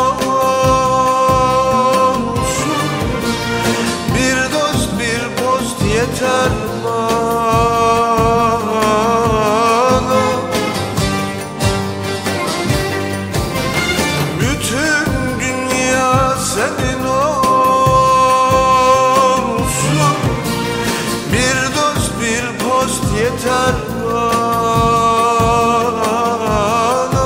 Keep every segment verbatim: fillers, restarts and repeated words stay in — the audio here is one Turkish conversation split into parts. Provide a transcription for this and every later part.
olsun. Bir dost bir post yeter bana. Bütün dünya senin olsun. Bir dost bir post yeter bana.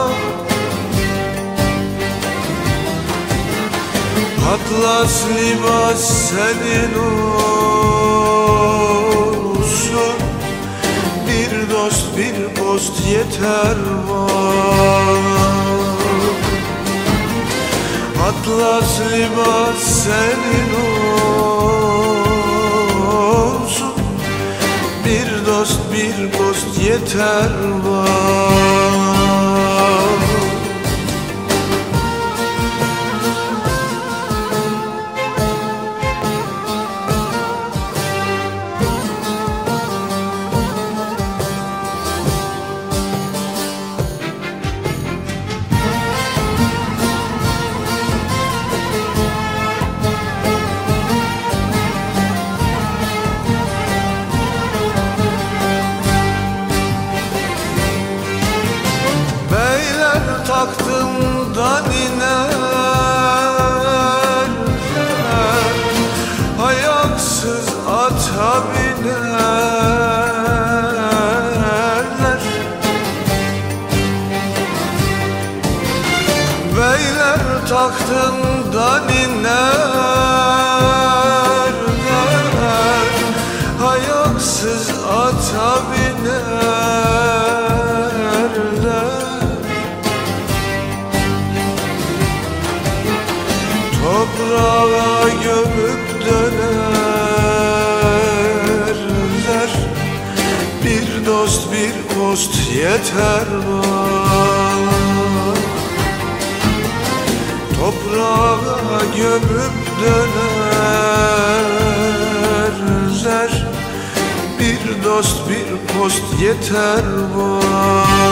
Atlas libas senin olsun. Bir dost bir post yeter bana. Atlas libas senin olsun. Bir dost bir post yeter bana. Taktımdan inerler, ayaksız ata binerler. Beyler taktımdan inerler, ayaksız ata binerler. Toprağa gömüp dönerler. Bir dost bir post yeter bana. Toprağa gömüp dönerler. Bir dost bir post yeter bana.